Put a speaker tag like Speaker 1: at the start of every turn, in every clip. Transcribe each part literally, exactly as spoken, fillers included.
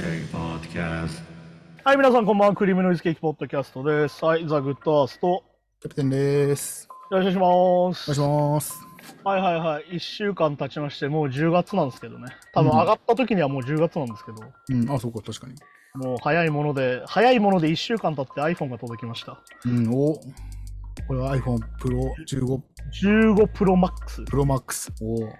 Speaker 1: Cake Podcast.
Speaker 2: はい、皆さんこんばんは。クリームノイズケーキポッドキャストです。はい、ザ・グッドアースト。
Speaker 3: キャプテンです。
Speaker 2: よろしくお願いします。
Speaker 3: お願いします。
Speaker 2: はいはいはい。いっしゅうかん経ちまして、もうじゅうがつなんですけどね。多分上がった時にはもうじゅうがつなんですけど。
Speaker 3: うん、あ、そうか、確かに。
Speaker 2: もう早いもので、早いものでいっしゅうかん経って iPhone が届きました。
Speaker 3: うん、おこれは iPhone Pro じゅうご。
Speaker 2: じゅうご Pro Max。
Speaker 3: Pro Max。おお。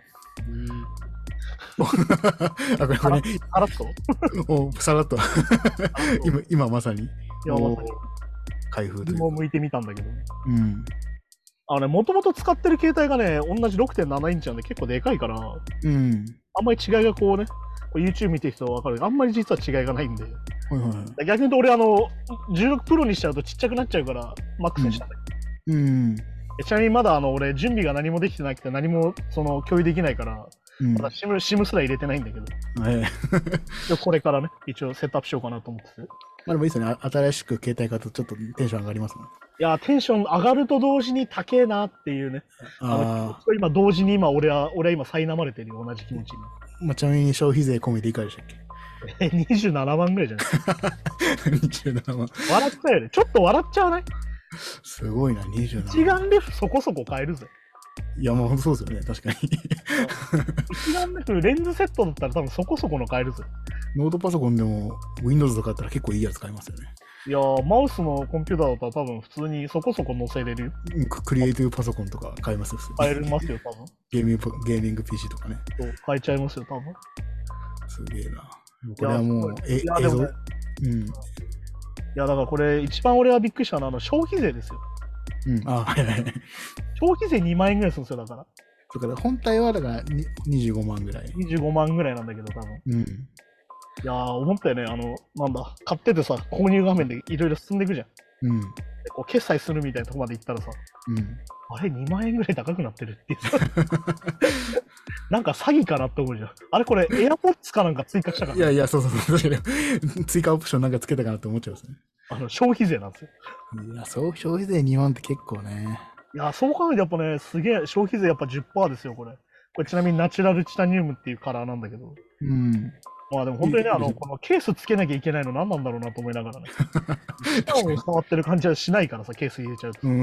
Speaker 3: あ、これこれね。
Speaker 2: さらっと
Speaker 3: おさらっと。今、今まさに。
Speaker 2: いや、まさに。
Speaker 3: 開封というか。
Speaker 2: もう向いてみたんだけどね。
Speaker 3: うん。
Speaker 2: あのね、もともと使ってる携帯がね、同じ ろくてんなな インチなんで結構でかいから、
Speaker 3: うん。
Speaker 2: あんまり違いがこうね、こう YouTube 見てる人は分かるけど、あんまり実は違いがないんで。
Speaker 3: はいはい。
Speaker 2: 逆に言うと俺あの、じゅうろくプロにしちゃうとちっちゃくなっちゃうから、マックスにしたんだけど。
Speaker 3: うん。
Speaker 2: ちなみにまだあの俺、準備が何もできてなくて何もその共有できないから、
Speaker 3: うん、
Speaker 2: まだ SIM, SIM すら入れてないんだけど。
Speaker 3: はい。
Speaker 2: でこれからね、一応セットアップしようかなと思ってて。
Speaker 3: まあでもいいですよね。新しく携帯買うとちょっとテンション上がりますもん。
Speaker 2: いや、テンション上がると同時に高えなっていうね。ああ。今同時に今俺は、俺は今苛まれてるよ、同じ気持ちに。
Speaker 3: まあ、ちなみに消費税込みでいかがでしたっけ？
Speaker 2: え、にじゅうななまんぐらいじゃない
Speaker 3: にじゅうななまん。
Speaker 2: 笑っちゃうよね。ちょっと笑っちゃわない？
Speaker 3: すごいな、にじゅうななまん。
Speaker 2: 一眼レフそこそこ買えるぜ。
Speaker 3: いや、まあそうですよね、確かに。
Speaker 2: 一眼レフレンズセットだったら多分そこそこの買えるぜ。
Speaker 3: ノートパソコンでも Windows とかだったら結構いいやつ買えますよね。
Speaker 2: いやー、マウスのコンピューターだったら多分普通にそこそこ載せれるよ。
Speaker 3: クリエイティブパソコンとか買えますよ。
Speaker 2: 買えますよ、多分。
Speaker 3: ゲーミング、ゲーミング ピーシー とかね。
Speaker 2: そう、買えちゃいますよ、多分。
Speaker 3: すげえな。これはもう、え、映像、
Speaker 2: ね、うん。いや、だからこれ、一番俺はびっくりしたのは、あの、消費税ですよ。
Speaker 3: うん、あ、はいはい。
Speaker 2: 消費税にまんえんぐらいするんですよ、だから。
Speaker 3: だから、本体はだからにじゅうごまんぐらい。
Speaker 2: にじゅうごまんぐらいなんだけど、多分。
Speaker 3: うん。
Speaker 2: いやー、思ったよね、あの、なんだ、買っててさ、購入画面でいろいろ進んでいくじゃん。
Speaker 3: うん。
Speaker 2: こう決済するみたいなとこまで行ったらさ、
Speaker 3: うん。
Speaker 2: あれ、にまんえんぐらい高くなってるっていうさ。なんか詐欺かなって思うじゃん。あれこれ、AirPods かなんか追加したから。
Speaker 3: いやいや、そうそうそう。追加オプションなんかつけたかなって思っちゃうんですね。
Speaker 2: あの、消費税なんですよ。
Speaker 3: いや、そう、消費税にまんって結構ね。
Speaker 2: いや、そう考えてやっぱね、すげえ、消費税やっぱ じゅっパーセント ですよ、これ。これちなみにナチュラルチタニウムっていうカラーなんだけど。
Speaker 3: うん。
Speaker 2: まあでも本当にね、あの、このケースつけなきゃいけないの何なんだろうなと思いながらね。チタンを触ってる感じはしないからさ、ケース入れちゃうと。
Speaker 3: うん。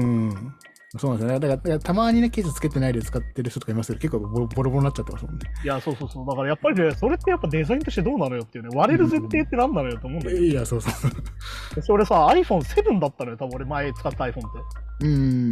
Speaker 3: そうなんですよね。だから、だからたまにね、ケースつけてないで使ってる人とかいますけど、結構ボロボロボロになっちゃってますもんね。
Speaker 2: いや、そうそうそう。だからやっぱりね、それってやっぱデザインとしてどうなのよっていうね、割れる前提って何なのよと思うんだけど。
Speaker 3: いや、そうそうそう。
Speaker 2: それさ、アイフォンセブン だったのよ、多分俺前使った iPhone って。
Speaker 3: うん、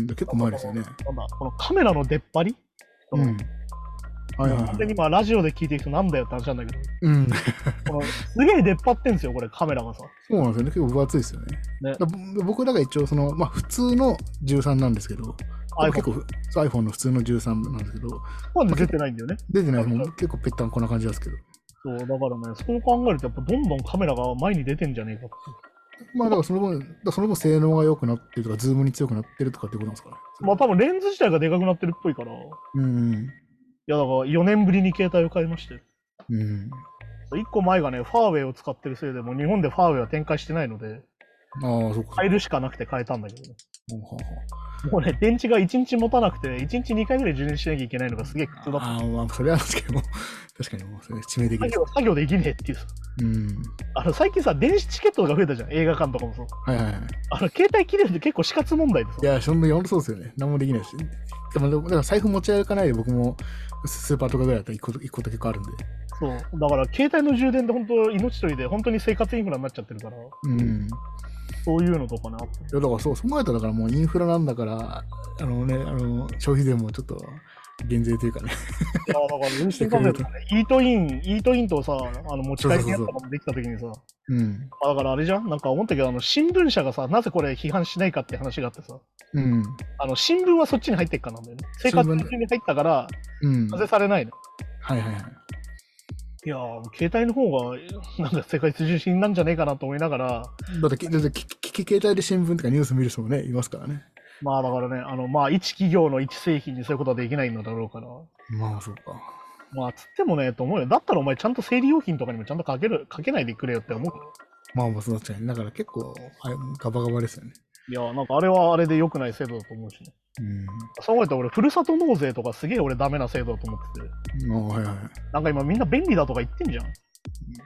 Speaker 3: 結構前ですよね。
Speaker 2: なんだ、このカメラの出っ張り
Speaker 3: うん。はいはい、はい。
Speaker 2: で今ラジオで聞いていくとなんだよって話なんだけど、
Speaker 3: うん、
Speaker 2: このすげえ出っ張ってんですよ、これカメラがさ。
Speaker 3: そうなんですよね、結構分厚いですよね。ねだ僕らが一応その、まあ、普通のじゅうさんなんですけど、結構 iPhone の普通のじゅうさんなんですけど、
Speaker 2: まだ出てないんだよね。
Speaker 3: 出てない、もう結構ぺったんこんな感じなんですけど。
Speaker 2: そう、だからね、そう考えるとやっぱどんどんカメラが前に出てんじゃねえかって。
Speaker 3: まあだからその分、その分性能が良くなってるとか、ズームに強くなってるとかってことなんですかね。
Speaker 2: まあ多分レンズ自体がでかくなってるっぽいから。
Speaker 3: うん。
Speaker 2: いやだからよねんぶりに携帯を買いまして。
Speaker 3: うん。
Speaker 2: いっこまえがね、ファーウェイを使ってるせいでもう日本でファーウェイは展開してないので、
Speaker 3: ああ、そうか。
Speaker 2: 変えるしかなくて変えたんだけどね。
Speaker 3: ほうほうほう。
Speaker 2: もうね、電池がいちにち持たなくて、いちにちにかいぐらい充電しなきゃいけないのがすげえ苦痛だった。
Speaker 3: ああ、まあ、それは確かにもう、確かにもう、それ致命的です。
Speaker 2: 作業、作業できねえっていうさ。
Speaker 3: うん。あ
Speaker 2: の、最近さ、電子チケットが増えたじゃん、映画館とかもさ。
Speaker 3: はいはいはい。
Speaker 2: あの、携帯切れるって結構死活問題でさ。
Speaker 3: いや、そんなにそうですよね。何もできないし。でも、だから財布持ち歩かないで僕も、スーパーとかぐらいだったら行くこと、行くこと結構あるんで。
Speaker 2: そう。だから、携帯の充電で本当、命取りで、本当に生活インフラになっちゃってるから。
Speaker 3: うん。
Speaker 2: そういうのとかね、あって。い
Speaker 3: や、だからそう、その前とだからもうインフラなんだから、あのね、あの、消費税もちょっと、減税というかね。
Speaker 2: いや、だから、運転カメラとかね、イートイン、イートインとさ、あの、持ち帰りやつとかもできたときにさ、
Speaker 3: うん。
Speaker 2: あ、だからあれじゃんなんか思ったけど、あの、新聞社がさ、なぜこれ批判しないかって話があってさ、
Speaker 3: うん。
Speaker 2: あの、新聞はそっちに入ってっからなんだよね。生活中に入ったから、
Speaker 3: うん。
Speaker 2: 課税されないの。
Speaker 3: はいはいはい。
Speaker 2: いやー、携帯の方が、なんか世界中心なんじゃねえかなと思いながら。
Speaker 3: だって、だって、携帯で新聞とかニュース見る人もね、いますからね。
Speaker 2: まあだからね、あの、まあ一企業の一製品にそういうことはできないのだろうから。
Speaker 3: まあそうか。
Speaker 2: まあつってもね、と思うよ。だったらお前ちゃんと生理用品とかにもちゃんとかける、かけないでくれよって思う。
Speaker 3: まあまあそう確かに。だから結構、あれガバガバですよね。
Speaker 2: いや、なんかあれはあれで良くない制度だと思うしね。
Speaker 3: うん。
Speaker 2: そう思うと俺、ふるさと納税とかすげえ俺ダメな制度だと思ってて。
Speaker 3: ああ、はいはい。
Speaker 2: なんか今みんな便利だとか言ってんじゃん。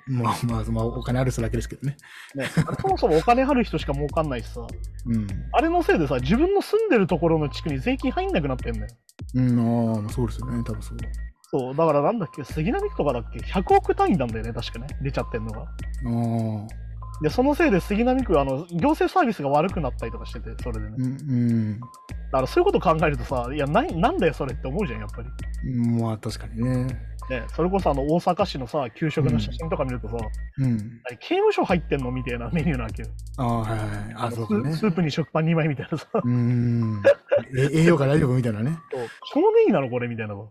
Speaker 3: まあまあ、まあ、お金ある人だけですけどね。
Speaker 2: ね、そもそもお金ある人しか儲かんないしさ、
Speaker 3: うん。
Speaker 2: あれのせいでさ、自分の住んでるところの地区に税金入んなくなってんだよ。
Speaker 3: うん、ああ、そうですよね、多分そう。
Speaker 2: そう、だからなんだっけ、杉並区とかだっけ、ひゃくおく単位なんだよね、確かね、出ちゃってんのが。
Speaker 3: ああ。
Speaker 2: で、そのせいで杉並区はあの行政サービスが悪くなったりとかしてて、それでね。
Speaker 3: うん、うん。
Speaker 2: だからそういうこと考えるとさ、いや、ななんだよ、それって思うじゃん、やっぱり。
Speaker 3: まあ、確かにね。
Speaker 2: ね、それこそあの大阪市のさ、給食の写真とか見るとさ、
Speaker 3: うん。
Speaker 2: 刑務所入ってんのみたいなメニューなわけよ。
Speaker 3: ああ、はいはい。あ、そうかね。
Speaker 2: スープに食パンにまいみたいなさ。
Speaker 3: うん。え栄養価大丈夫みたいなね。
Speaker 2: そう少年院なのこれみたいな。うん。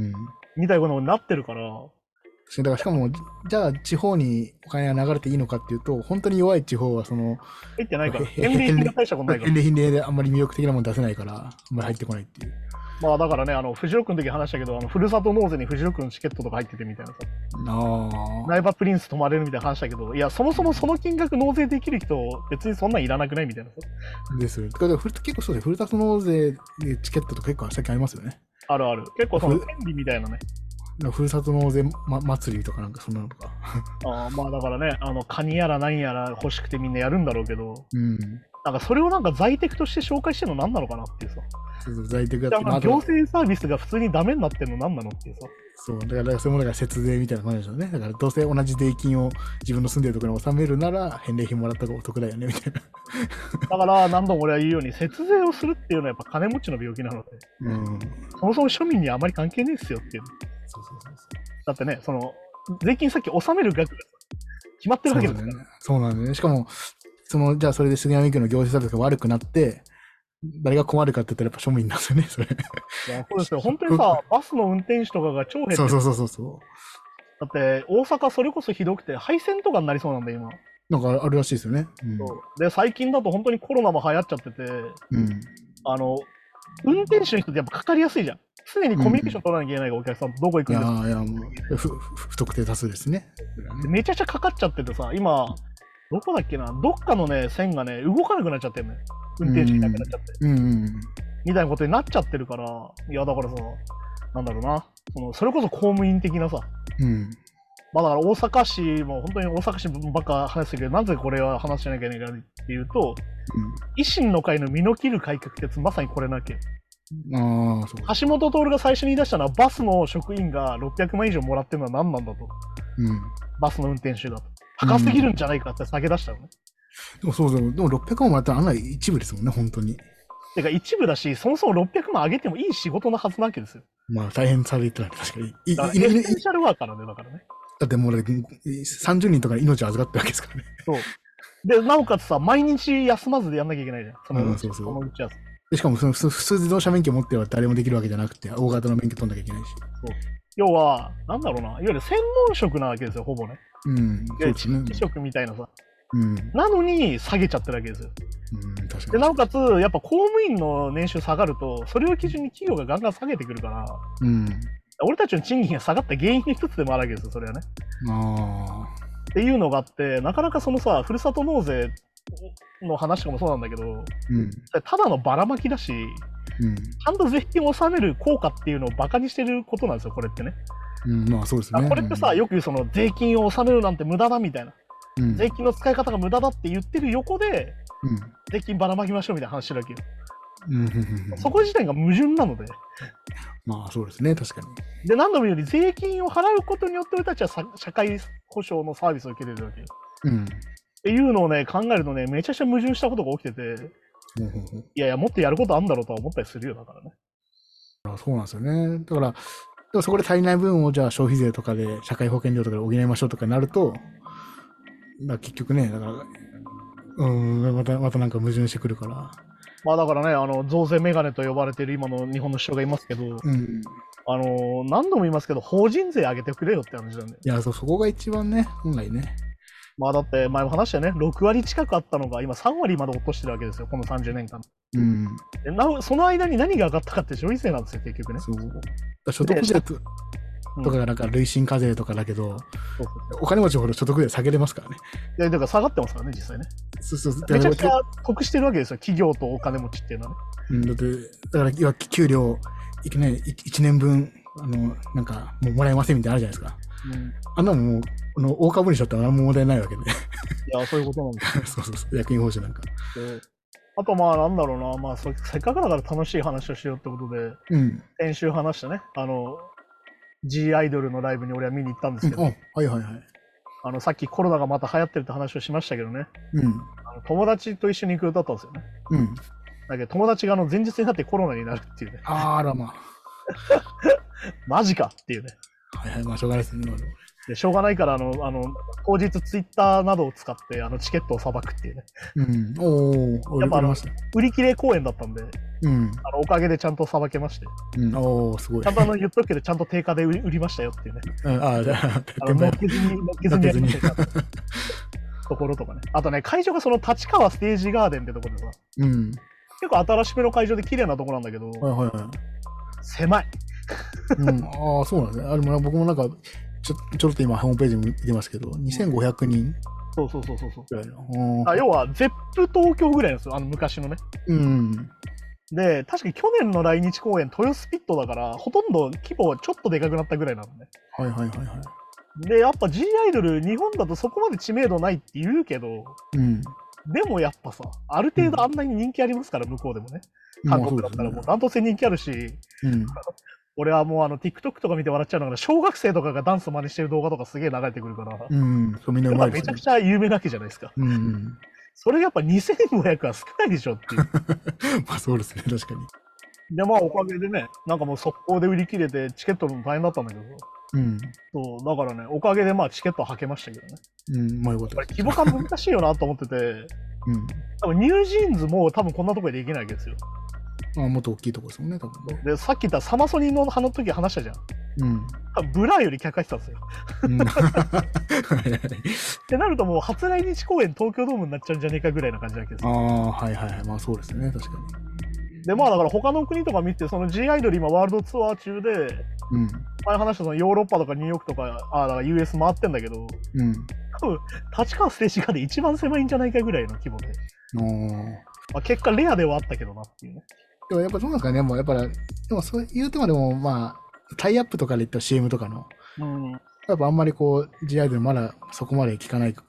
Speaker 2: みたいなことになってるから。
Speaker 3: だからしかも、じゃあ地方にお金が流れていいのかっていうと、本当に弱い地方はその、
Speaker 2: 入ってないから。返礼品が大したことないから。
Speaker 3: 返礼品であんまり魅力的なもの出せないから、あんまり入ってこないっていう。
Speaker 2: まあだからね、あの、フジロックの時話したけど、あの、ふるさと納税にフジロックのチケットとか入っててみたいなさ。ああ。苗場プリンス泊まれるみたいな話したけど、いや、そもそもその金額納税できる人、別にそんなんいらなくないみたいなさ。
Speaker 3: ですよ。だから結構そうです。ふるさと納税でチケットとか結構最近ありますよね。
Speaker 2: あるある。結構その権利みたいなね。
Speaker 3: ふるさと納税、ま、祭りとかなんかそんなのとか。
Speaker 2: あまあだからね、あの、カニやら何やら欲しくてみんなやるんだろうけど、
Speaker 3: うん。
Speaker 2: なんかそれをなんか在宅として紹介してるの何なのかなっていうさ。
Speaker 3: そうそう、在宅
Speaker 2: やって。行政サービスが普通にダメになってるの何なのっていうさ。そう、
Speaker 3: だから、だからそれもだから節税みたいな感じでしょうね。だからどうせ同じ税金を自分の住んでるところに納めるなら、返礼品もらった方がお得だよね、みたいな。
Speaker 2: だから何度も俺は言うように、節税をするっていうのはやっぱ金持ちの病気なので、うん、そもそも庶民にあまり関係ねえっすよっていう。そうそうそうそう。だってね、その、税金さっき納める額が決まってるわけですから。
Speaker 3: そうなんだよね。しかも、その、じゃあそれで杉並区の行政サービスが悪くなって、誰が困るかって言ったらやっぱ庶民なんですよね、それ。
Speaker 2: いや、そうですよ。本当にさ、バスの運転手とかが超減ってる。
Speaker 3: そうそうそうそう。
Speaker 2: だって、大阪それこそひどくて、廃線とかになりそうなんだ、今。
Speaker 3: なんかあるらしいですよね。うん、
Speaker 2: そうで、最近だと本当にコロナも流行っちゃってて、うん、あの、運転手の人ってやっぱかかりやすいじゃん。常にコミュニケーション取らなきゃいけないから、お客さんとどこ行くんですか。
Speaker 3: いやいや、もう、不特定多数ですね。
Speaker 2: めちゃくちゃかかっちゃっててさ、今、どこだっけな、どっかのね、線がね、動かなくなっちゃってるね。運転手いなくなっちゃって。うんうん、みたいなことになっちゃってるから、いや、だからさ、なんだろうな、そのそれこそ公務員的なさ、うん、まあだから大阪市も本当に大阪市ばっか話してるけど、なぜこれは話しなきゃいけないかっていうと、うん、維新の会の身の切る改革ってやつ、まさにこれなわけよ。あそう橋本徹が最初に言い出したのは、バスの職員がろっぴゃくまん以上もらってるのは何なんだと、うん、バスの運転手だと高すぎるんじゃないかって下げ出したのね、うん、
Speaker 3: でもそうそう、でもろっぴゃくまんもらったらあんな一部ですもんね、本当に。
Speaker 2: てか一部だし、そもそもろっぴゃくまん上げてもいい仕事のはずなわけですよ。
Speaker 3: まあ大変されてたら確かに。
Speaker 2: エッセンシャルワーカーなんで、だからね。
Speaker 3: だってもうさんじゅうにんとか命を預かってるわけですからね。
Speaker 2: そう。で、なおかつさ、毎日休まずでやんなきゃいけないじゃん。その、うん、そうそう。この打ち合わせ。
Speaker 3: でしかもその普通自動車免許持ってれば誰もできるわけじゃなくて、大型の免許取んなきゃいけないし。
Speaker 2: そう。要は、なんだろうな、いわゆる専門職なわけですよ、ほぼね。うん。そうですね。地職みたいなさ。うん。なのに下げちゃってるわけですよ。うん、確かに。で、なおかつ、やっぱ公務員の年収下がると、それを基準に企業がガンガン下げてくるから、うん。俺たちの賃金が下がった原因の一つでもあるわけですよ、それはね。ああ。っていうのがあって、なかなかそのさ、ふるさと納税の話とかもそうなんだけど、うん、ただのばらまきだし、うん、ちゃんと税金を納める効果っていうのをバカにしてることなんですよ、これってね。
Speaker 3: うん、まあそうですね。
Speaker 2: これってさ、よく言うその税金を納めるなんて無駄だみたいな、うん、税金の使い方が無駄だって言ってる横で、うん、税金ばらまきましょうみたいな話してるわけよ。うん、そこ自体が矛盾なので。
Speaker 3: まあそうですね、確かに。
Speaker 2: で、何度も言うように税金を払うことによって俺たちは社会保障のサービスを受けれるわけよ。うん、っていうのをね、考えるとね、めちゃくちゃ矛盾したことが起きてて、いやいや、もっとやることあるんだろうとは思ったりするよ、だからね。
Speaker 3: あ、そうなんですよね。だから、でもそこで足りない分をじゃあ消費税とかで、社会保険料とかで補いましょうとかになると、だ結局ね、だから、うん、また、またなんか矛盾してくるから。
Speaker 2: まあだからね、あの増税メガネと呼ばれている今の日本の首相がいますけど、うん、あの何度も言いますけど、法人税上げてくれよって話なんで。
Speaker 3: いや、そう、そこが一番ね、本来ね。
Speaker 2: まあだって前も話したよね、ろくわり近くあったのが今さんわりまで落としてるわけですよ、このさんじゅうねんかん。うん、でなその間に何が上がったかって消費税なんですよ、結局ね。
Speaker 3: そう所得税ととかがなんか累進課税とかだけど、うん、お金持ちほど所得税下げれますからね。
Speaker 2: いやだから下がってますからね、実際ね。そうそう、めちゃくちゃ得してるわけですよ、企業とお金持ちっていうのはね。
Speaker 3: うん、だってだから給料いきなりいちねんぶんあのなんかもうもらえませんみたいなのあるじゃないですか。
Speaker 2: うん、
Speaker 3: あんなのもう、あの大株にしちゃったら何も問題ないわけで。
Speaker 2: いや、そういうことなんですよ。
Speaker 3: そうそうそう、役員報酬なんか。
Speaker 2: であとまあなんだろうな、まあそせっかくだから楽しい話をしようってことで、
Speaker 3: うん。
Speaker 2: 先週話したね、あの、G アイドルのライブに俺は見に行ったんですけど、
Speaker 3: うん、あ、はいはいはい。
Speaker 2: あのさっきコロナがまた流行ってるって話をしましたけどね、
Speaker 3: うん。
Speaker 2: あの友達と一緒に行く歌だったんですよね。
Speaker 3: うん。
Speaker 2: だけど友達があの前日になってコロナになるっていうね。
Speaker 3: あらまあ。
Speaker 2: マジかっていうね。
Speaker 3: はいはい、まあしょうがないですね。
Speaker 2: でしょうがないからあのあの当日ツイッターなどを使ってあのチケットをさばくっていうね。
Speaker 3: うん。おお、
Speaker 2: やっぱあの
Speaker 3: ました。
Speaker 2: 売り切れ公演だったんで、
Speaker 3: うん。
Speaker 2: あのおかげでちゃんとさばけまして。
Speaker 3: うん、おお、すごい。
Speaker 2: ちゃんとあの言っとくけどちゃんと定価で売り売りましたよっていうね。
Speaker 3: うん、あ、じゃあ、
Speaker 2: あの乗っけずに乗っけずにやりましたよところとかね。あとね、会場がその立川ステージガーデンってとこでさ、
Speaker 3: うん。
Speaker 2: 結構新しめの会場で綺麗なとこなんだけど、
Speaker 3: はいはいはい。
Speaker 2: 狭い。
Speaker 3: うん、ああ、そうなんですね。あれも僕もなんか、ちょちょろっと今、ホームページ見てますけど、にせんごひゃくにん
Speaker 2: そうそうそうそうそう。
Speaker 3: ぐらいの。
Speaker 2: あ要は、ゼップ東京ぐらいなんですよ、あの昔のね。
Speaker 3: うん。
Speaker 2: で、確かに去年の来日公演、豊洲ピットだから、ほとんど規模ちょっとでかくなったぐらいなのね。
Speaker 3: はいはいはいはい。
Speaker 2: で、やっぱ G アイドル、日本だとそこまで知名度ないって言うけど、
Speaker 3: うん。
Speaker 2: でもやっぱさ、ある程度あんなに人気ありますから、向こうでもね。韓国だったらもうダントツで人気あるし、
Speaker 3: うん、
Speaker 2: 俺はもうあの TikTok とか見て笑っちゃうのが、小学生とかがダンス真似してる動画とかすげえ流れてくるから、
Speaker 3: うん、そうみんなうまいですね。
Speaker 2: めちゃくちゃ有名なわけじゃないですか。
Speaker 3: うんうん、
Speaker 2: それやっぱにせんごひゃくは少ないでしょっていう。
Speaker 3: まあそうですね、確かに。
Speaker 2: で、まあおかげでね、なんかもう速攻で売り切れて、チケットも大変だったんだけど、
Speaker 3: うん、
Speaker 2: そう、だからね、おかげでまあチケットは履けましたけどね。
Speaker 3: うん、まあよかった
Speaker 2: です。規模感難しいよなと思ってて、うん、多分ニュージーンズも多分こんなところでできないわけですよ。
Speaker 3: ああ、もっと大きいとこですもんね、多分ね。
Speaker 2: で、さっき言ったサマソニの葉の時話したじゃん。
Speaker 3: うん。
Speaker 2: ブラーより客入ってたんですよ。ってなるともう初来日公演東京ドームになっちゃうんじゃねえかぐらいな感じなわけですよ。
Speaker 3: ああ、はいはいはい。まあそうですね、確か
Speaker 2: に。で、まあだから他の国とか見て、その G アイドル今ワールドツアー中で、うん、前話したそのヨーロッパとかニューヨークとか、あだから ユーエス 回ってんだけど、うん、多分立川ステージがで一番狭いんじゃないかぐらいの規模で。まあ、結果レアではあったけどなっていうね。
Speaker 3: でもやっぱそうなんですかね、もうやっぱり、でもそう言うてもでもまあ、タイアップとかで言った シーエム とかの、うん、やっぱあんまりこう、G アイドルまだそこまで聞かないから。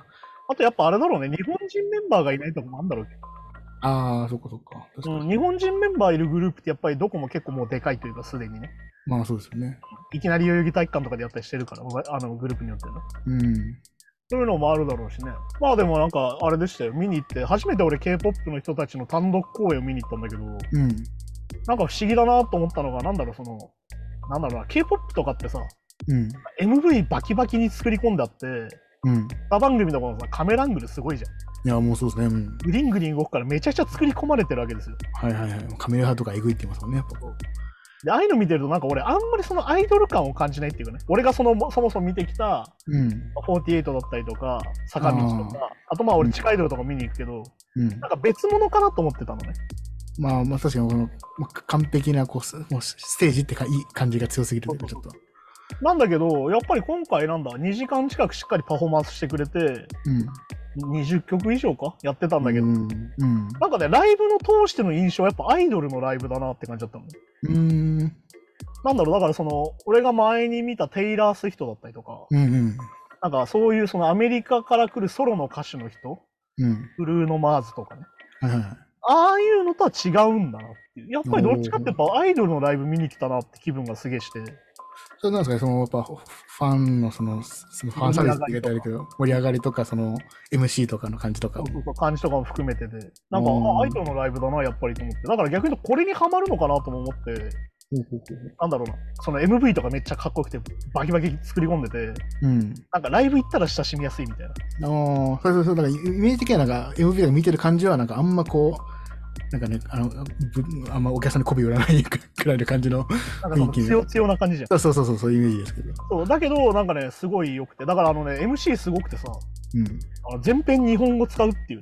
Speaker 2: あとやっぱあれだろうね、日本人メンバーがいないとこもあるんだろうけど。
Speaker 3: ああ、そっかそっか。
Speaker 2: うん、日本人メンバーいるグループってやっぱりどこも結構もうでかいというか、すでにね。
Speaker 3: まあそうですよね。
Speaker 2: いきなり代々木体育館とかでやったりしてるから、あのグループによってね。うん。そういうのもあるだろうしね。まあでもなんかあれでしたよ。見に行って、初めて俺 K-ポップ の人たちの単独公演を見に行ったんだけど、うん、なんか不思議だなと思ったのが、なんだろう、その、なんだろうな、K-ポップ とかってさ、うん、エムブイ バキバキに作り込んであって、うん、他番組とかのさ、カメラアングルすごいじゃん。
Speaker 3: いや、もうそうですね。うん、
Speaker 2: グリングリン動くからめちゃくちゃ作り込まれてるわけですよ。
Speaker 3: はいはいはい。カメラ派とかエグいって言いますもんね、やっぱ。
Speaker 2: で、ああいうの見てるとなんか俺あんまりそのアイドル感を感じないっていうかね、俺がそのそもそも見てきた、うん、フォーティーエイトだったりとか、坂道とか、あ, あとまあ俺地下アイドルとか見に行くけど、うん、なんか別物かなと思ってたのね。
Speaker 3: まあまあ確かにこの、まあ、完璧なこうもうステージってかいい感じが強すぎるというかちょっと。
Speaker 2: なんだけど、やっぱり今回なんだ、にじかん近くしっかりパフォーマンスしてくれて、うん、にじゅっきょく以上かやってたんだけど、うんうん、なんかね、ライブの通しての印象はやっぱアイドルのライブだなって感じだったの。うーんなんだろう、だからその、俺が前に見たテイラー・スウィフトだったりとか、うんうん、なんかそういうそのアメリカから来るソロの歌手の人、うん、ブルーノ・マーズとかね、はいはい、ああいうのとは違うんだなっていう。やっぱりどっちかってやっぱアイドルのライブ見に来たなって気分がすげえして。
Speaker 3: それなんですかね、そのやっぱファンのその、そのファンサービスって言ったらいいけど、盛り上がりとか、その エムシー とかの感じとか。
Speaker 2: そうそうそう、感じとかも含めてで、なんか、あ、アイドルのライブだな、やっぱりと思って。だから逆に言うとこれにハマるのかなとも思って、なんだろうな、その エムブイ とかめっちゃかっこよくて、バキバキ作り込んでて、うん、なんかライブ行ったら親しみやすいみたいな。
Speaker 3: ああ、そうそうそう、だからイメージ的にはなんか エムブイ が見てる感じは、なんかあんまこう、なんかね、あの、あんまお客さんに媚び売らないくらいの感じの
Speaker 2: 雰囲気。強強な感じじゃん。
Speaker 3: そうそうそう、そういうイメージですけど。
Speaker 2: そう、だけど、なんかね、すごい良くて、だからあのね、エムシー すごくてさ、うん、あの全編日本語使うっていうね。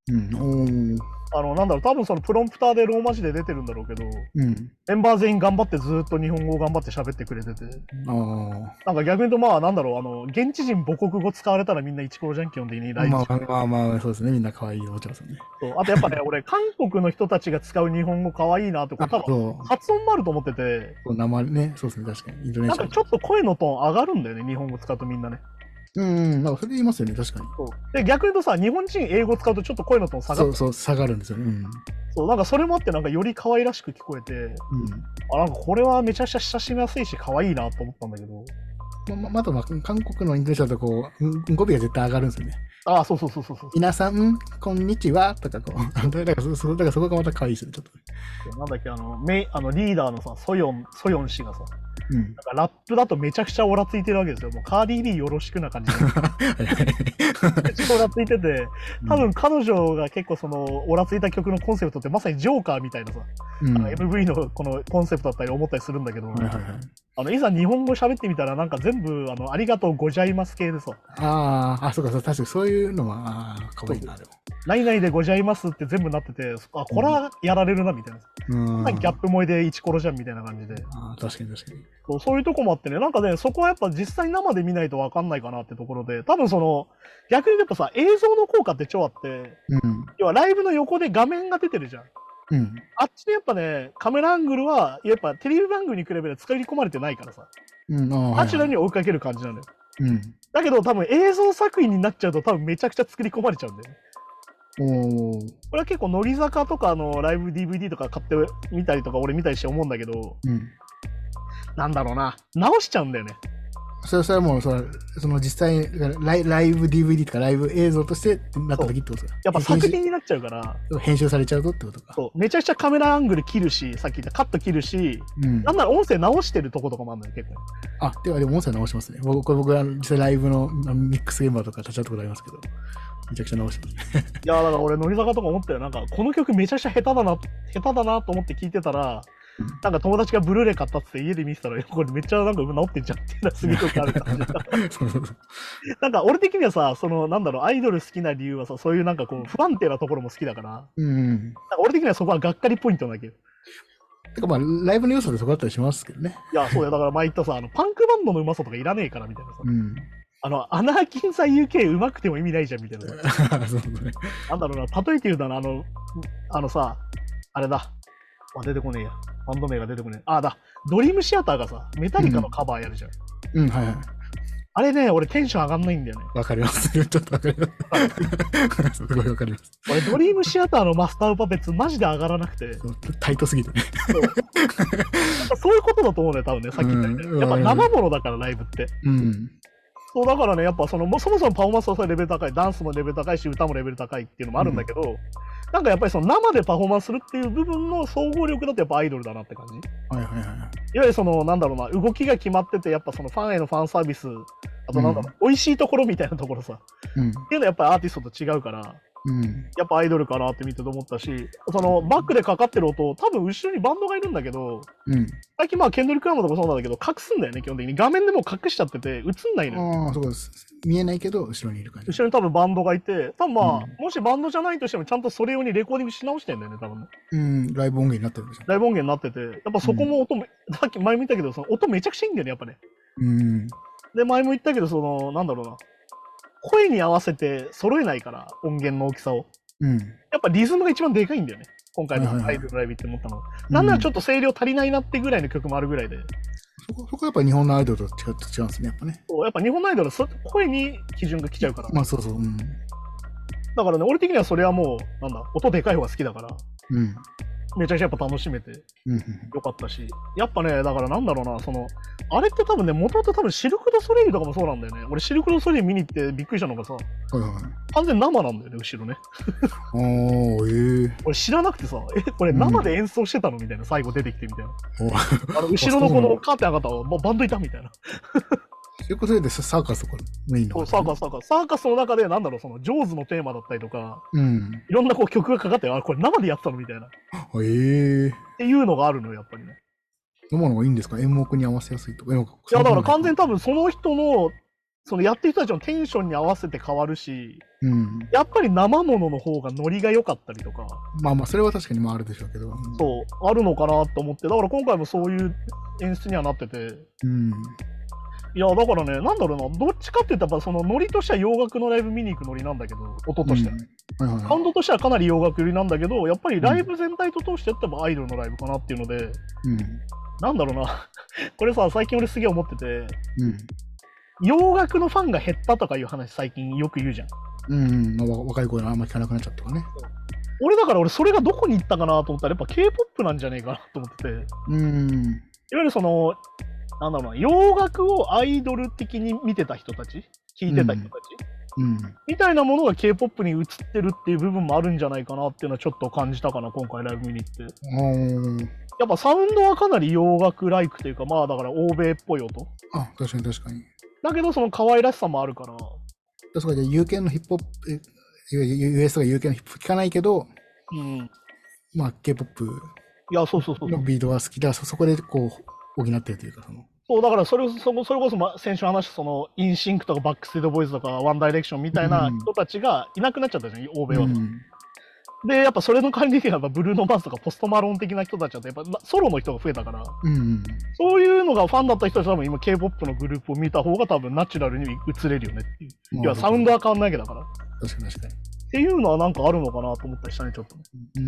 Speaker 3: うん。おー。
Speaker 2: あの、なんだろう、多分そのプロンプターでローマ字で出てるんだろうけど、
Speaker 3: うん。
Speaker 2: メンバー全員頑張ってずーっと日本語を頑張って喋ってくれてて、
Speaker 3: ああ。
Speaker 2: なんか逆に言うとまあ、なんだろう、あの、現地人母国語使われたらみんなイチコロじゃん基本的にライブ
Speaker 3: まあ
Speaker 2: 中
Speaker 3: まあまあ、そうですね。みんな可愛いお茶さんね。
Speaker 2: そうあとやっぱね、俺、韓国の人たちが使う日本語可愛いなって、こ
Speaker 3: あ、
Speaker 2: れ多分
Speaker 3: そう。
Speaker 2: 発音もあると思ってて、
Speaker 3: そう生ね、そうですね。確かに。インドネシア。
Speaker 2: なんかちょっと声のトーン上がるんだよね、日本語使うとみんなね。
Speaker 3: うん、なんかそれ言いますよね。確かに。
Speaker 2: そうで、逆に言うとさ、日本人英語使うとちょっと声のトーン下がる。
Speaker 3: そうそう、下がるんですよね。うん。
Speaker 2: そう、なんかそれもあってなんかより可愛らしく聞こえて、
Speaker 3: うん。
Speaker 2: あ、なんかこれはめちゃくちゃ親しみやすいし可愛いなと思ったんだけど。
Speaker 3: ま、ま、また、まあ、韓国のインドネシアだとこう、うん語尾が絶対上がるんですよね。
Speaker 2: ああ、そうそうそうそうそう。
Speaker 3: 皆さん、こんにちはとかこう。だからそ、そだからそこがまた可愛いですよね、ちょっと。
Speaker 2: なんだっけ、あの、メイあのリーダーのさ、ソヨン、ソヨン氏がさ、
Speaker 3: うん。
Speaker 2: なんかラップだとめちゃくちゃオラついてるわけですよ。もうカーディービーよろしくな感じで。
Speaker 3: はいはい
Speaker 2: めっちゃオラついてて、多分彼女が結構そのオラついた曲のコンセプトってまさにジョーカーみたいなさ、
Speaker 3: うん。
Speaker 2: あの エムブイ のこのコンセプトだったり思ったりするんだけど、
Speaker 3: はいはいはい。
Speaker 2: あのいざ日本語喋ってみたらなんか全部あのありがとうございます系でさ、
Speaker 3: ああ、あ、そうか、そう確かにそういうのは、ああ、可愛いな、でも。
Speaker 2: 何々でございますって全部なってて、あ、これはやられるなみたいな。
Speaker 3: うん。
Speaker 2: なんかギャップ萌えでイチコロじゃんみたいな感じで。
Speaker 3: ああ、確かに確かに。
Speaker 2: そうそういうとこもあってね、なんかね、そこはやっぱ実際生で見ないと分かんないかなってところで、多分その、逆にやっぱさ、映像の効果って超あって、
Speaker 3: うん。
Speaker 2: 要はライブの横で画面が出てるじゃん。
Speaker 3: うん。
Speaker 2: あっちでやっぱね、カメラアングルは、やっぱテレビ番組に比べて作り込まれてないからさ、
Speaker 3: うん。ああ、はい、
Speaker 2: ナチュラルに追いかける感じなのよ。
Speaker 3: うん。
Speaker 2: だけど多分映像作品になっちゃうと多分めちゃくちゃ作り込まれちゃうんだよね。
Speaker 3: おー。
Speaker 2: これは結構乃木坂とかのライブ ディーブイディー とか買ってみたりとか俺見たりして思うんだけど、
Speaker 3: うん。
Speaker 2: なんだろうな、直しちゃうんだよね。
Speaker 3: それそれはもうその、その実際にライライブ ディーブイディー とかライブ映像としてなった時ってことですか？
Speaker 2: やっぱ作品になっちゃうから、
Speaker 3: 編集されちゃうとってことか。
Speaker 2: そうめちゃくちゃカメラアングル切るし、さっき言ったカット切るし、
Speaker 3: うん。
Speaker 2: なんなら音声直してるとことかもあるのよ、結構。
Speaker 3: あ、ではでも音声直しますね。僕、これ僕は実際ライブのミックス現場とか立ち会ったことありますけど、めちゃくちゃ直してますね。
Speaker 2: いやだから俺乃木坂とか思ったよ。なんかこの曲めちゃくちゃ下手だな、下手だなと思って聞いてたら、なんか友達がブルーレイ買ったって家で見てたら、これめっちゃなんか直ってんじゃんっていうのはすげえよくある感じだ。
Speaker 3: そうそうそう。
Speaker 2: なんか俺的にはさ、そのなんだろう、アイドル好きな理由はさ、そういうなんかこう不安定なところも好きだから、
Speaker 3: うん。
Speaker 2: なんか俺的にはそこはがっかりポイントなわけよ。
Speaker 3: てかまあ、ライブの要素でそこだったりしますけどね。
Speaker 2: いや、そうや、だから前言ったさ、あのパンクバンドのうまさとかいらねえからみたいなさ。
Speaker 3: うん。
Speaker 2: あの、アナーキンさん ユーケー うまくても意味ないじゃんみたいなさ。
Speaker 3: そうそうね。
Speaker 2: なんだろうな、例えて言うなら、あの、あのさ、あれだ。あ、出てこねえや。バンド名が出てこねえ。あ、だ。ドリームシアターがさ、メタリカのカバーやるじゃん。
Speaker 3: うん、うん、はいはい。
Speaker 2: あれね、俺テンション上がんないんだよね。
Speaker 3: わかります。ちょっとわかります。すごいわかります。
Speaker 2: 俺、ドリームシアターのマスターオブパペッツ、マジで上がらなくて。
Speaker 3: タイトすぎてね。
Speaker 2: そうなんかそういうことだと思うね、多分ね、さっき言ったみたいに。やっぱ生ものだから、ライブって。
Speaker 3: うん。
Speaker 2: そうだからね、やっぱそのもそもそもパフォーマンスはレベル高い、ダンスもレベル高いし、歌もレベル高いっていうのもあるんだけど、うん、なんかやっぱりその生でパフォーマンスするっていう部分の総合力だとやっぱアイドルだなって感じ。
Speaker 3: はいはいはい。いわ
Speaker 2: ゆるそのなんだろうな、動きが決まってて、やっぱそのファンへのファンサービス、あとなんだろう、うん、美味しいところみたいなところさ、うん、っていうのはやっぱりアーティストと違うから。うん、やっぱアイドルかなって見てて思ったし、そのバックでかかってる音、多分後ろにバンドがいるんだけど、うん、最近まあケンドリック・ラマーとかそうなんだけど、隠すんだよね、基本的に。画面でも隠しちゃってて、映んないのよ。
Speaker 3: ああ、そうです。見えないけど、後ろにいる感じ。
Speaker 2: 後ろに多分バンドがいて、多分まあ、うん、もしバンドじゃないとしても、ちゃんとそれ用にレコーディングし直してんだよね、多分ね。
Speaker 3: うん、ライブ音源になってるんですよ。
Speaker 2: ライブ音源になってて、やっぱそこも音も、うん、さっき前見たけど、その音めちゃくちゃいいんだよね、やっぱね。うん。で、前も言ったけど、その、なんだろうな。声に合わせて揃えないから、音源の大きさを。うん、やっぱリズムが一番でかいんだよね。今回のアイドルライブって思ったのは。なんならちょっと声量足りないなってぐらいの曲もあるぐらいで。
Speaker 3: そこ、そこやっぱ日本のアイドルと違って違うんですね、やっぱね。
Speaker 2: そう、やっぱ日本のアイドルは声に基準が来ちゃうから。
Speaker 3: まあそうそう。うん、
Speaker 2: だからね、俺的にはそれはもう、なんだ、音でかい方が好きだから。うん。めちゃくちゃやっぱ楽しめてよかったし、やっぱね、だからなんだろうな、その、あれって多分ね、もともと多分シルク・ドゥ・ソレイユとかもそうなんだよね。俺、シルク・ドゥ・ソレイユ見に行ってびっくりしたのがさ、はいはい、完全生なんだよね、後ろね。
Speaker 3: おー、えー、
Speaker 2: 俺知らなくてさ、え、これ生で演奏してたのみたいな、最後出てきてみたいな。あの後ろのこのカーテン上がったら、バンドいたみたいな。
Speaker 3: そういうことでサーカスとかメインの、
Speaker 2: ね、サーカス、サーカス。サーカスの中で、なんだろう、その、ジョーズのテーマだったりとか、うん、いろんなこう曲がかかって、あ、これ生でやってたのみたいな。
Speaker 3: えー、
Speaker 2: っていうのがあるのよ、やっぱりね。
Speaker 3: 生の方がいいんですか？演目に合わせやすいとか。い
Speaker 2: や、だから完全に多分その人の、 そのやってる人たちのテンションに合わせて変わるし、
Speaker 3: うん、
Speaker 2: やっぱり生ものの方がノリが良かったりとか。
Speaker 3: まあまあ、それは確かにもあるでしょうけど。
Speaker 2: そう、あるのかなと思って、だから今回もそういう演出にはなってて。
Speaker 3: うん。
Speaker 2: いや、だからね、なんだろうな、どっちかって言ったら、そのノリとしては洋楽のライブ見に行くノリなんだけど、音としては。うんはいはい、カウントとしてはかなり洋楽寄りなんだけど、やっぱりライブ全体と通してやったらアイドルのライブかなっていうので、うん、なんだろうな、これさ、最近俺すげえ思ってて、うん、洋楽のファンが減ったとかいう話最近よく言うじゃん。
Speaker 3: うん、まあ、若い子があんま聞かなくなっちゃったとかね。
Speaker 2: 俺だから俺それがどこに行ったかなと思ったらやっぱ K-ポップ なんじゃねえかなと思ってて。うん。いわゆるその、なんだろうな、洋楽をアイドル的に見てた人たち、聴いてた人たち、うん、みたいなものが K-ポップ に移ってるっていう部分もあるんじゃないかなっていうのはちょっと感じたかな、今回ライブ見に行って。うん。やっぱサウンドはかなり洋楽ライクというか、まあだから欧米っぽい音。
Speaker 3: あ、確かに確かに。
Speaker 2: だけどその可愛らしさもあるから。
Speaker 3: 確かに ユーケー のヒップホップ、ユーエス とか ユーケー のヒップホップ聞かないけど、うん、まあ K-ポップ のビートが好きだ、そこでこう補ってるというかその。
Speaker 2: そうだからそれそこそれこそ、ま、先週話したそのインシンクとかバックスティートボーイズとかワンダイレクションみたいな人たちがいなくなっちゃったじゃん、欧米は、うん。でやっぱそれの代わりにやっぱブルーノ・マーズとかポストマローン的な人たちだとやっぱソロの人が増えたから、うん、そういうのがファンだった人たちは多分今 K-ポップ のグループを見た方が多分ナチュラルに映れるよねっていう。いやサウンドは変わんないわけだから。
Speaker 3: 確かに確かに。
Speaker 2: っていうのはなんかあるのかなと思ったりしたね、ちょっとね。うん。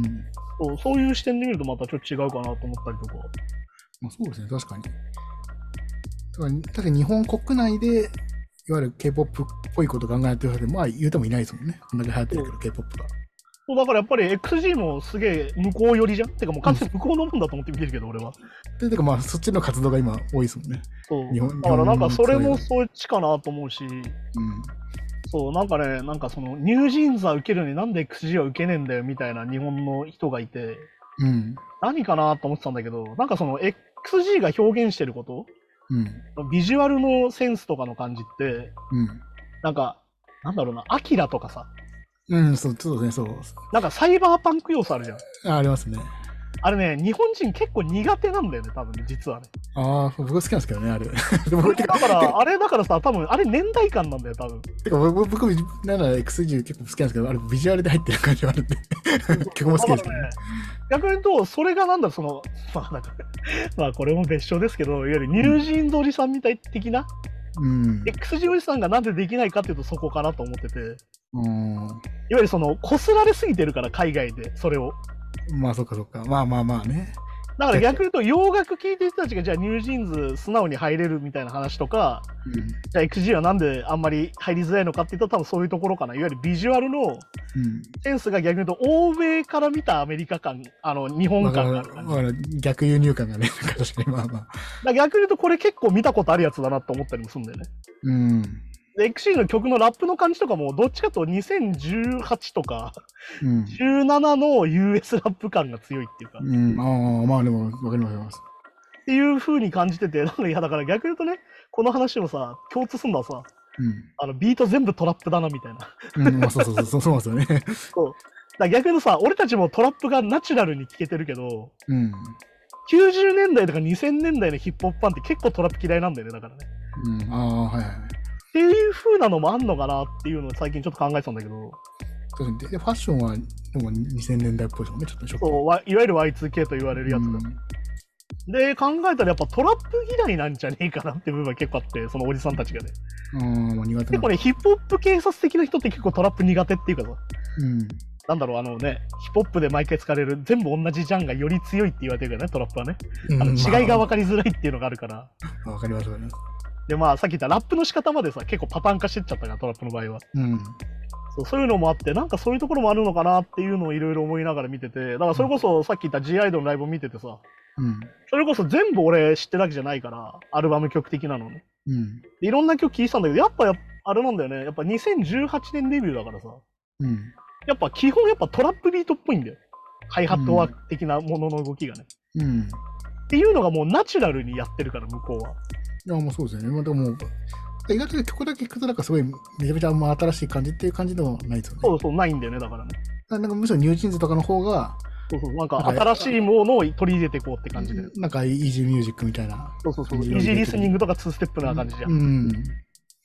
Speaker 2: そう、そういう視点で見るとまたちょっと違うかなと思ったりとか。
Speaker 3: まあそうですね、確かに。確かに日本国内で、いわゆる K-ポップ っぽいこと考えてる人で、まあ言うてもいないですもんね。こんだけ流行ってるけど、K-ポップ が。
Speaker 2: そう、だからやっぱり エックスジー もすげえ向こう寄りじゃん。てかもう完全に向こうのもんだと思って見てるけど、俺は。
Speaker 3: で、てかまあそっちの活動が今多いですもんね。
Speaker 2: そう。日本だからなんかそれもそっちかなと思うし。うん。そう、なんかね、なんかその、ニュージーンズは受けるのになんで エックスジー は受けねえんだよみたいな日本の人がいて、うん、何かなと思ってたんだけど、なんかその エックスジー が表現してること、うん、ビジュアルのセンスとかの感じって、うん、なんか、なんだろうな、アキラとかさ、
Speaker 3: うん、そう、そうね、そう。
Speaker 2: なんかサイバーパンク要素あるじゃん。
Speaker 3: あ、ありますね。
Speaker 2: あれね、日本人結構苦手なんだよね、多分ね、実はね。
Speaker 3: ああ、僕好きなんですけどね、あれ。
Speaker 2: でもだから、あれだからさ、多分あれ年代感なんだよ、多分。
Speaker 3: てか、僕、僕なんなら エックスジー 結構好きなんですけど、あれビジュアルで入ってる感じがあるんで、結構好きですけどね。
Speaker 2: 逆に言うと、それがなんだろ、その、まあなんか、まあこれも別所ですけど、いわゆるニュージーンズおじさんみたい的な、うん、エックスジー おじさんがなんでできないかっていうとそこかなと思ってて、うん、いわゆるその、こすられすぎてるから、海外で、それを。
Speaker 3: まあそっかそっか。まあまあまあね。
Speaker 2: だから逆に言うと洋楽聴いてる人たちがじゃあニュージーンズ素直に入れるみたいな話とか、うん、じゃあ エックスジー はなんであんまり入りづらいのかっていうと多分そういうところかな。いわゆるビジュアルのセンスが逆に言うと欧米から見たアメリカ感、あの日本感がある感じ、まあまあ、
Speaker 3: 逆輸入感がね、確かにまあまあ。
Speaker 2: だ逆に言うとこれ結構見たことあるやつだなと思ったりもするんだよね。うん。エックスジー の曲のラップの感じとかもどっちかとにせんじゅうはちとか、うん、じゅうななの ユーエス ラップ感が強いっていうか。
Speaker 3: うん、ああ、まあでも分かります。
Speaker 2: っていう風に感じてて、なんかいやだから逆に言うとね、この話をさ、共通するのはさ、うん、あのビート全部トラップだなみたいな。
Speaker 3: うん、まあそうそうそう、そうなんですよね。
Speaker 2: そう。だ逆に言うとさ、俺たちもトラップがナチュラルに聴けてるけど、うん、きゅうじゅうねんだいとかにせんねんだいのヒップホップファンって結構トラップ嫌いなんだよね、だからね。
Speaker 3: うん、ああ、はいはい。
Speaker 2: っていう風なのもあんのかなっていうのを最近ちょっと考えてたんだけど。
Speaker 3: そうでファッションはでもにせんねんだいっぽいですもんね、ちょっとショック。
Speaker 2: そう、いわゆる ワイツーケー と言われるやつだ、うん、で、考えたらやっぱトラップ嫌いなんじゃねえかなっていう部分は結構あって、そのおじさんたちがね。
Speaker 3: うん、まあ、苦手な
Speaker 2: 結構ね、ヒップホップ警察的な人って結構トラップ苦手っていうかさ。うん。なんだろう、あのね、ヒップホップで毎回使われる全部同じジャンがより強いって言われてるからね、トラップはね。あの違いが分かりづらいっていうのがあるから。
Speaker 3: まあ、分かります、分かります。
Speaker 2: で、まあ、さっき言ったラップの仕方までさ、結構パターン化してっちゃったから、トラップの場合は。うん。そう、そういうのもあって、なんかそういうところもあるのかなっていうのをいろいろ思いながら見てて、だからそれこそさっき言った G アイドルのライブを見ててさ、うん。それこそ全部俺知ってるわけじゃないから、アルバム曲的なのね。うん。でいろんな曲聴いてたんだけど、やっぱやあれなんだよね。やっぱにせんじゅうはちねんデビューだからさ。うん。やっぱ基本やっぱトラップビートっぽいんだよ。ハイハットワーク的なものの動きがね。うん。っていうのがもうナチュラルにやってるから、向こうは。
Speaker 3: いや、もうそうですよね。まあ、でも、意外と曲だけ聴くとなんかすごいめちゃめちゃあんま新しい感じっていう感じでもないですよね。
Speaker 2: そうそう、ないんだよね、だからね。
Speaker 3: なんかむしろニュージーンズとかの方が、
Speaker 2: そうそう、なんか新しいものを取り入れていこうって感じで。
Speaker 3: なんかイージーミュージックみたいな。
Speaker 2: そうそうそう、イージーリスニングとかツーステップな感じじゃん。うん。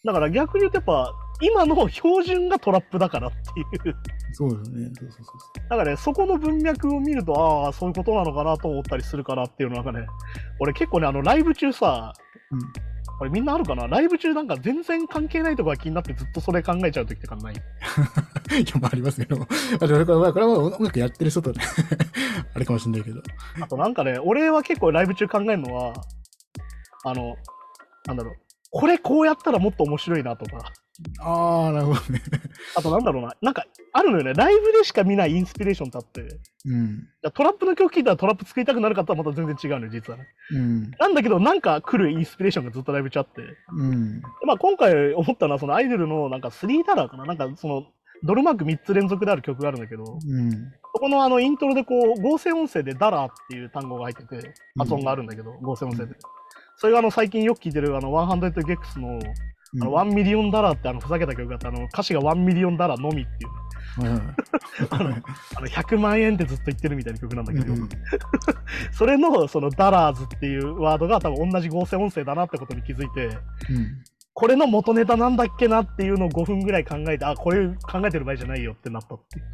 Speaker 2: だから逆に言うとやっぱ、今の標準がトラップだからっていう。
Speaker 3: そうですね。そうそうそう。
Speaker 2: だからね、そこの文脈を見ると、ああ、そういうことなのかなと思ったりするかなっていうのがね、俺結構ね、あの、ライブ中さ、うん、これみんなあるかな、ライブ中なんか全然関係ないとこが気になってずっとそれ考えちゃうときとかない？い
Speaker 3: や、まあありますけど。これは音楽やってる人とね、あれかもしれないけど。
Speaker 2: あとなんかね、俺は結構ライブ中考えるのは、あの、なんだろう、これこうやったらもっと面白いなとか。
Speaker 3: ああ、なるほどね。
Speaker 2: あとなんだろうな、なんかあるのよね、ライブでしか見ないインスピレーションってあって、うん、トラップの曲聴いたらトラップ作りたくなる方はまた全然違うのよ、実はね。うん、なんだけど、なんか来るインスピレーションがずっとライブ中あって、うん、まあ今回思ったのは、そのアイドルのなんかスリーダラーかな、なんかそのドルマークみっつ連続である曲があるんだけど、うん、そこのあのイントロでこう合成音声でダラーっていう単語が入ってて、発音があるんだけど、うん、合成音声で。それがあの最近よく聴いてるあのひゃくゲックスのあのワンミリオンダラーってあのふざけた曲があって、あの歌詞がワンミリオンダラーのみっていう、ね、うん、あのあのひゃくまんえんってずっと言ってるみたいな曲なんだけど、うん、それのそのダラーズっていうワードが多分同じ合成音声だなってことに気づいて、うん、これの元ネタなんだっけなっていうのをごふんぐらい考えて、あ、これ考えてる場合じゃないよってなったっていう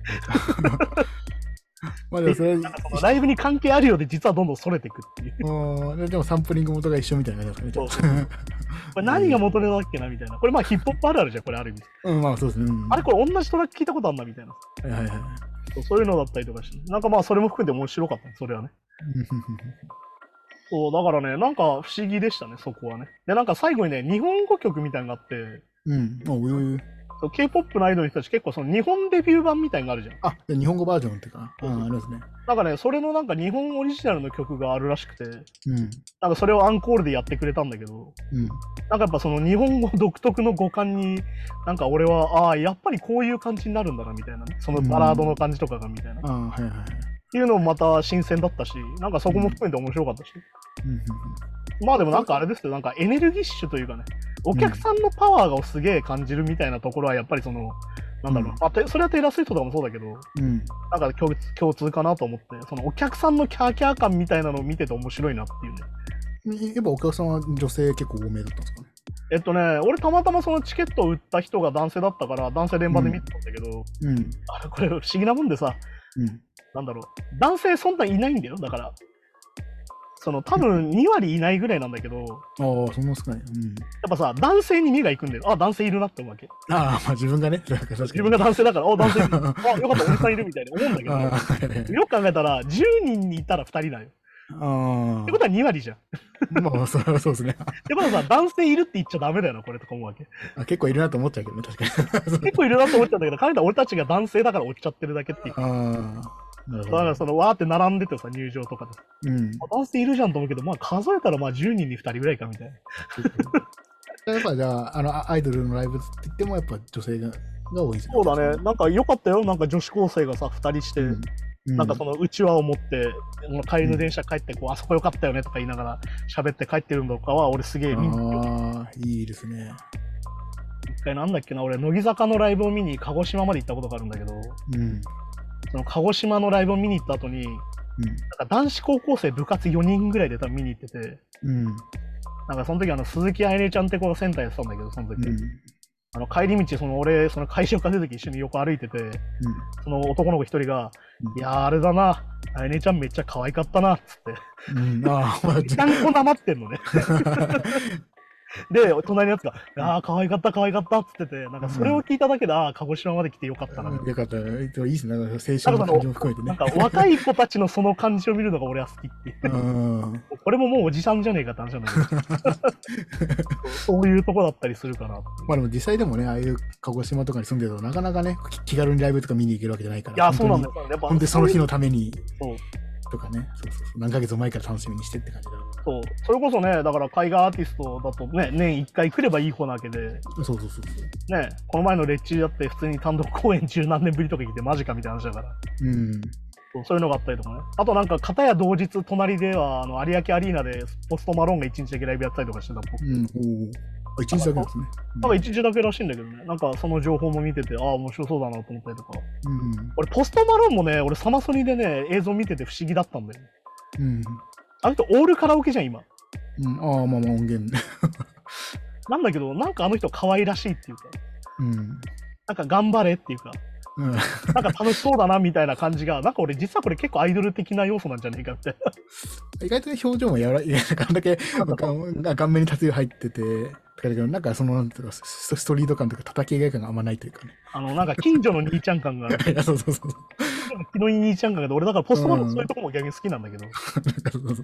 Speaker 2: まあでもそれなんかそのライブに関係あるようで実はどんどんそれていくっていう。
Speaker 3: でもサンプリング元が一緒みたいな。そうそうそう
Speaker 2: これ何が元ネタだっけなみたいな。これまあヒップホップあるあるじゃん、これある意味。
Speaker 3: うん、まあそうですね。うん、
Speaker 2: あれこれ同じトラック聞いたことあるんだみたいな。はいはいはい。そう、そういうのだったりとかして、なんかまあそれも含めて面白かったね、それはね。そう、だからね、なんか不思議でしたね、そこはね。で、なんか最後にね、日本語曲みたいなのがあって、うん、あ、ういう。K-ポップ のアイドルの人たち結構その日本デビュー版みたいなのがあるじゃん。
Speaker 3: あ、日本語バージョンっていうか、うん、ありますね。
Speaker 2: なんかね、それのなんか日本オリジナルの曲があるらしくて、うん、なんかそれをアンコールでやってくれたんだけど、うん、なんかやっぱその日本語独特の語感に、なんか俺は、ああ、やっぱりこういう感じになるんだなみたいなね、そのバラードの感じとかがみたいな。うん、あ、はいはい。っていうのもまた新鮮だったし、なんかそこも含めて面白かったし。うん、まあでもなんかあれですけど、なんかエネルギッシュというかね、お客さんのパワーがすげえ感じるみたいなところはやっぱりその、なんだろう、うん、まあ、それはテイラー・スウィフトとかもそうだけど、うん、なんか共通、共通かなと思って、そのお客さんのキャーキャー感みたいなのを見てて面白いなっていう
Speaker 3: ね。やっぱお客さんは女性結構多めだったんですかね。
Speaker 2: えっとね、俺たまたまそのチケットを売った人が男性だったから、男性連番で見てたんだけど、うんうん、あれこれ不思議なもんでさ、うん、なんだろう、男性そんないないんだよ、だから。その多分にわりいないぐらいなんだけど、
Speaker 3: ああ、そんな少ない。うん、
Speaker 2: やっぱさ、男性に目が行くんだよ。あ、男性いるなって思うわけ。
Speaker 3: ああ、まあ自分がね、
Speaker 2: 自分が男性だから、あ、男性いる。あ、よかった、おじさんいるみたいに思うんだけど、よく考えたら、じゅうにんにいたらふたりだよ。ああ。ってことはにわりじゃん。
Speaker 3: まあ、そうですね。
Speaker 2: ってことはさ、男性いるって言っちゃダメだよな、これとか思うわけ。
Speaker 3: あ、結構いるなと思っちゃうけどね、確かに。
Speaker 2: 結構いるなと思っちゃうんだけど、考えたら俺たちが男性だから落ちちゃってるだけっていう。ああ。だからそのわーって並んでてさ、入場とかで、うん、男性いるじゃんと思うけど、まあ数えたらまあじゅうにんにふたりぐらいかみたい
Speaker 3: な。やっぱじゃあ、あのアイドルのライブって言ってもやっぱ女性がが多いです
Speaker 2: よね。そうだね。なんか良かったよ。なんか女子高生がさ、ふたりして、うんうん、なんかそのうちわを持って、帰りの電車帰ってこう、うん、あそこ良かったよねとか言いながら喋って帰ってるのとかは俺すげえ見に行く。
Speaker 3: ああ、いいですね。
Speaker 2: 一回なんだっけな、俺乃木坂のライブを見に鹿児島まで行ったことがあるんだけど、うんその鹿児島のライブを見に行った後に、うん、なんか男子高校生部活よにんぐらいで多分見に行ってて、うん、なんかその時あの鈴木愛音ちゃんって子がセンターやってたんだけど、その時、うん、あの帰り道その俺その会場から出る時一緒に横歩いてて、うん、その男の子一人が、うん、いやーあれだな、愛音ちゃんめっちゃ可愛かったなっつって、うん、ああ、ちゃんこなまってんのね。で、隣のやつが、ああ、可愛かった、可愛かったっつってて、なんかそれを聞いただけで、ああ、鹿児島まで来てよかったな。
Speaker 3: よかった。いいっすね。青春の感情も含めてね。
Speaker 2: なんか若い子たちのその感じを見るのが俺は好きっていう。これももうおじさんじゃねえかって話なんだけど。そういうとこだったりするかな。
Speaker 3: まあでも実際でもね、ああいう鹿児島とかに住んでるとなかなかね、気軽にライブとか見に行けるわけじゃないから。
Speaker 2: いや、そうなんだよ。
Speaker 3: ほんでその日のために。そう。とかね、そうそうそう、何ヶ月前から楽しみにしてって感じだ。
Speaker 2: そう、それこそね、だから海外アーティストだとね、年いっかい来ればいい方なわけで、
Speaker 3: そうそうそうそう。
Speaker 2: ね、この前のレッチリだって普通に単独公演十何年ぶりとか来てマジかみたいな話だから。うん。そう、そういうのがあったりとかね。あとなんか、片や同日隣では、あの、有明アリーナでポストマローンがいちにちだけライブやったりとかしてたっぽく。うん、
Speaker 3: お一日だけですね。
Speaker 2: なんか一日だけらしいんだけどね。なんかその情報も見てて、ああ、面白そうだなと思ったりとか。うん、俺、ポストマローンもね、俺サマソニでね、映像見てて不思議だったんだよね。うん。あの人、オールカラオケじゃん、今。
Speaker 3: うん、ああ、まあまあ音源。
Speaker 2: なんだけど、なんかあの人可愛らしいっていうか、
Speaker 3: うん。
Speaker 2: なんか頑張れっていうか、
Speaker 3: うん、
Speaker 2: なんか楽しそうだなみたいな感じが、なんか俺実はこれ結構アイドル的な要素なんじゃねえかって。
Speaker 3: 意外とね、表情もやわら、いやなんかあんだけが顔面にタトゥー入ってて、なんかその、なんていうか、スストリート感というか、叩き描い感があんまないというかね。
Speaker 2: あの、なんか近所の兄ちゃん感がある。
Speaker 3: いや、そうそうそう。
Speaker 2: 気のいい兄ちゃん感が、俺だからポストマロンそういうとこも逆に好きなんだけど、
Speaker 3: そうそうそう。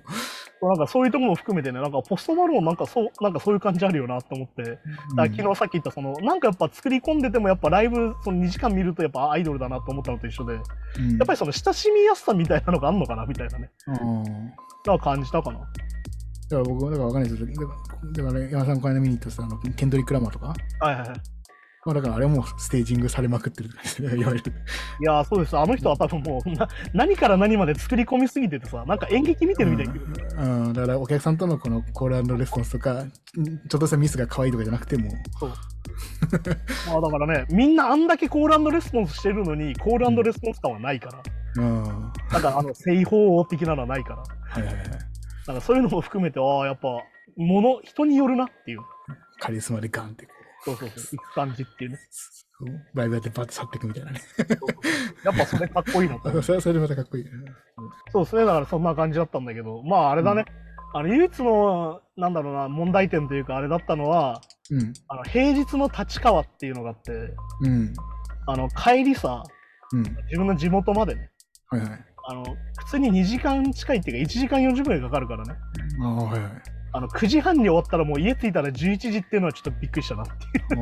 Speaker 2: なんかそういうとこも含めてね、なんかポストマロンなんかそう、なんかそういう感じあるよなと思って、だから昨日さっき言ったその、なんかやっぱ作り込んでてもやっぱライブ、そのにじかん見るとやっぱアイドルだなと思ったのと一緒で、うん、やっぱりその親しみやすさみたいなのがあるのかなみたいなね。うん。だから感じたかな。だ
Speaker 3: から僕、だからわかんないですけど、だから、ね、山さんこの間見に行ったさ、あの、ケンドリック・ラマーとか。
Speaker 2: はいはいはい。
Speaker 3: まあだからあれもステージングされまくってるいわゆる。
Speaker 2: いやーそうです。あの人は多分もうな何から何まで作り込みすぎててさ、なんか演劇見てるみたいな、
Speaker 3: うん。うん、だからお客さんとのこのコール&レスポンスとか、ちょっとしたミスが可愛いとかじゃなくても。そう。
Speaker 2: まあだからね、みんなあんだけコール&レスポンスしてるのに、コール&レスポンス感はないから。うん。なんかあの、正方王的なのはないから。はいはいはい。なんかそういうのも含めて、ああ、やっぱ、もの、人によるなっていう。
Speaker 3: カリスマでガンってこう。
Speaker 2: そうそうそう、行く感じっていうね。
Speaker 3: ライブやってバッと去っていくみたいなね。
Speaker 2: やっぱそれかっこいいの
Speaker 3: か。それはそれでまたかっこいい、ね。
Speaker 2: そうですね、だからそんな感じだったんだけど、まああれだね、うん、あの唯一の、なんだろうな、問題点というかあれだったのは、うん、あの平日の立川っていうのがあって、うん、あの帰りさ、うん、自分の地元までね、はいはい、あの普通ににじかん近いっていうかいちじかんよんじゅっぷんかかるからね。あ、はいはい、あのくじはんに終わったらもう家着いたらじゅういちじっていうのはちょっとびっくりしたなっていう。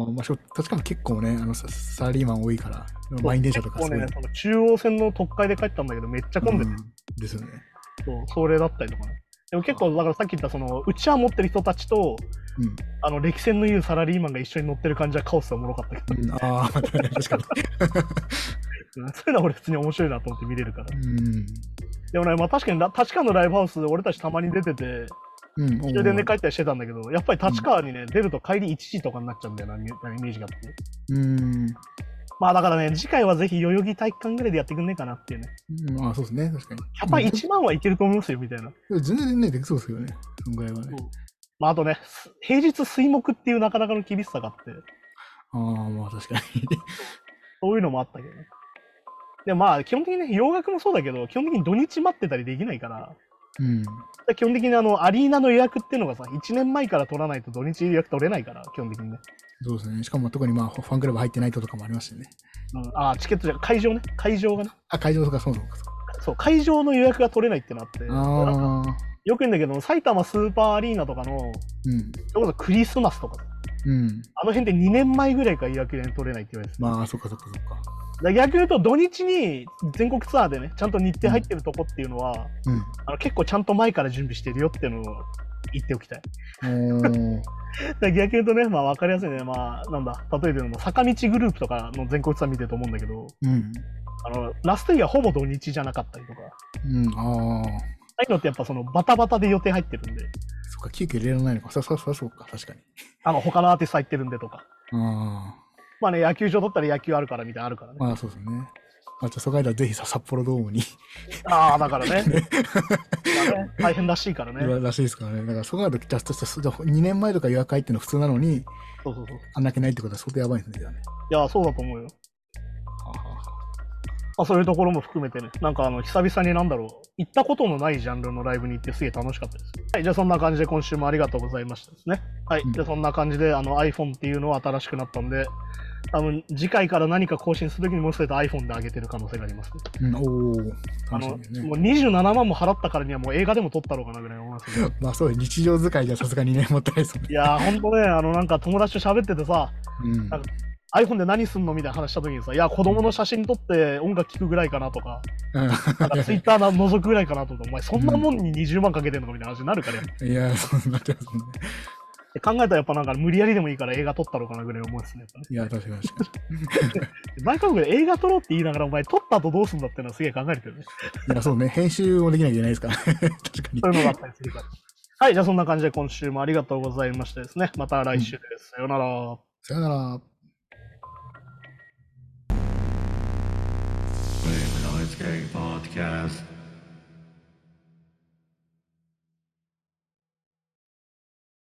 Speaker 3: あ、まあ、確かに結構ね、あのサラリーマン多いから、満員電車とかすごい、
Speaker 2: ね、その中央線の特快で帰ったんだけどめっちゃ混んでる、うん、
Speaker 3: ですよね。
Speaker 2: そう、それだったりとかね。でも結構だからさっき言ったそのうちわ持ってる人たちと、うん、あの歴戦の言うサラリーマンが一緒に乗ってる感じはカオスでおもろかったけど、うん、ああ確かにそういうのは俺普通に面白いなと思って見れるから、うん、でもね、まあ確かに立川のライブハウスで俺たちたまに出てて、うん、終電で帰ったりしてたんだけど、やっぱり立川にね、うん、出ると帰りいちじとかになっちゃうんだよな、イメージがあって。うん。まあだからね、次回はぜひ代々木体育館ぐらいでやってくんねえかなっていうね。
Speaker 3: うん、ああ、そうですね、確かに。
Speaker 2: やっぱりいちまんはいけると思いますよ、みたいな。
Speaker 3: 全然ね、できそうですよね、そのぐらいはね。
Speaker 2: まああとね、平日水木っていうなかなかの厳しさがあって。
Speaker 3: ああ、まあ確かに。
Speaker 2: そういうのもあったけどね。でもまあ基本的にね、洋楽もそうだけど、基本的に土日待ってたりできないから、うん、基本的にあのアリーナの予約っていうのがさ、いちねんまえから取らないと土日予約取れないから、基本的にね。
Speaker 3: そうですね。しかも特にまあファンクラブ入ってないととかもありますよね。
Speaker 2: うん、ああ、チケットじゃ、会場ね。会場がね。
Speaker 3: あ、会場とかそうそう
Speaker 2: そう、会場の予約が取れないってなって。あよく言うんだけど、埼玉スーパーアリーナとかの、うん、それこそクリスマスとか、うん、あの辺でにねんまえぐらいから予約取れないって言われて。
Speaker 3: まあ、そっかそっかそっか。
Speaker 2: だ逆に言うと土日に全国ツアーでねちゃんと日程入ってるとこっていうのは、うん、あの結構ちゃんと前から準備してるよっていうのを言っておきたい。だ逆に言うとね、まあ分かりやすいね、まあなんだ例えばの坂道グループとかの全国ツアー見てると思うんだけど、うん、あのラストイヤーほぼ土日じゃなかったりとか、うん、あああいうのってやっぱそのバタバタで予定入ってるんで。
Speaker 3: そっか、急遽入れられないのか。そうそうそうそうか、確かに。
Speaker 2: あの他のアーティスト入ってるんでとか。ああ。まあね、野球場取ったら野球あるからみたいなのあるからね。
Speaker 3: まあそうですね。まあ、じゃあそこはぜひさ、札幌ドームに。
Speaker 2: ああ、だからね。ね大変らしいからね。
Speaker 3: らしいですからね。だからそこはじゃあにねんまえとか予約入ってるの普通なのに、そうそうそう。あんだけないってことは相当やばいんですね、じゃあね。
Speaker 2: いや、そうだと思うよ。はあはあまあ、そういうところも含めてね、なんかあの久々になんだろう、行ったことのないジャンルのライブに行ってすげえ楽しかったです。はい、じゃあそんな感じで今週もありがとうございましたですね。はい、うん、じゃあそんな感じであの iPhone っていうのは新しくなったんで、多分次回から何か更新するときにもしかしたら iPhone で上げてる可能性があります、ね。うん、おー、あの、ね、もうにじゅうななまんも払ったからにはもう映画でも撮ったろうかなぐらい思いますね。
Speaker 3: まあそう日常使いじゃさすがにね、もったいないですもんね。
Speaker 2: いやー、ほんとね、あのなんか友達と喋っててさ、うん、なんかiPhone で何すんのみたいな話したときにさ、いや、子供の写真撮って音楽聴くぐらいかなとか、うん、なんか Twitter 覗くぐらいかなとか、お前そんなもんににじゅうまんかけてんのかみたいな話になるからや。
Speaker 3: いや、そうなってますね。
Speaker 2: 考えたらやっぱなんか無理やりでもいいから映画撮ったろうかなぐらい思うんですね。やっぱね
Speaker 3: いや、確かに確かに。
Speaker 2: 毎回映画撮ろうって言いながら、お前撮った後どうすんだってのはすげえ考えるけどね。
Speaker 3: いや、そうね、編集もできなきゃいけないですから。確かに。
Speaker 2: そういうのがあったりするから。はい、じゃあそんな感じで今週もありがとうございましたですね。また来週です。うん、さよなら。
Speaker 3: さよなら。Podcast.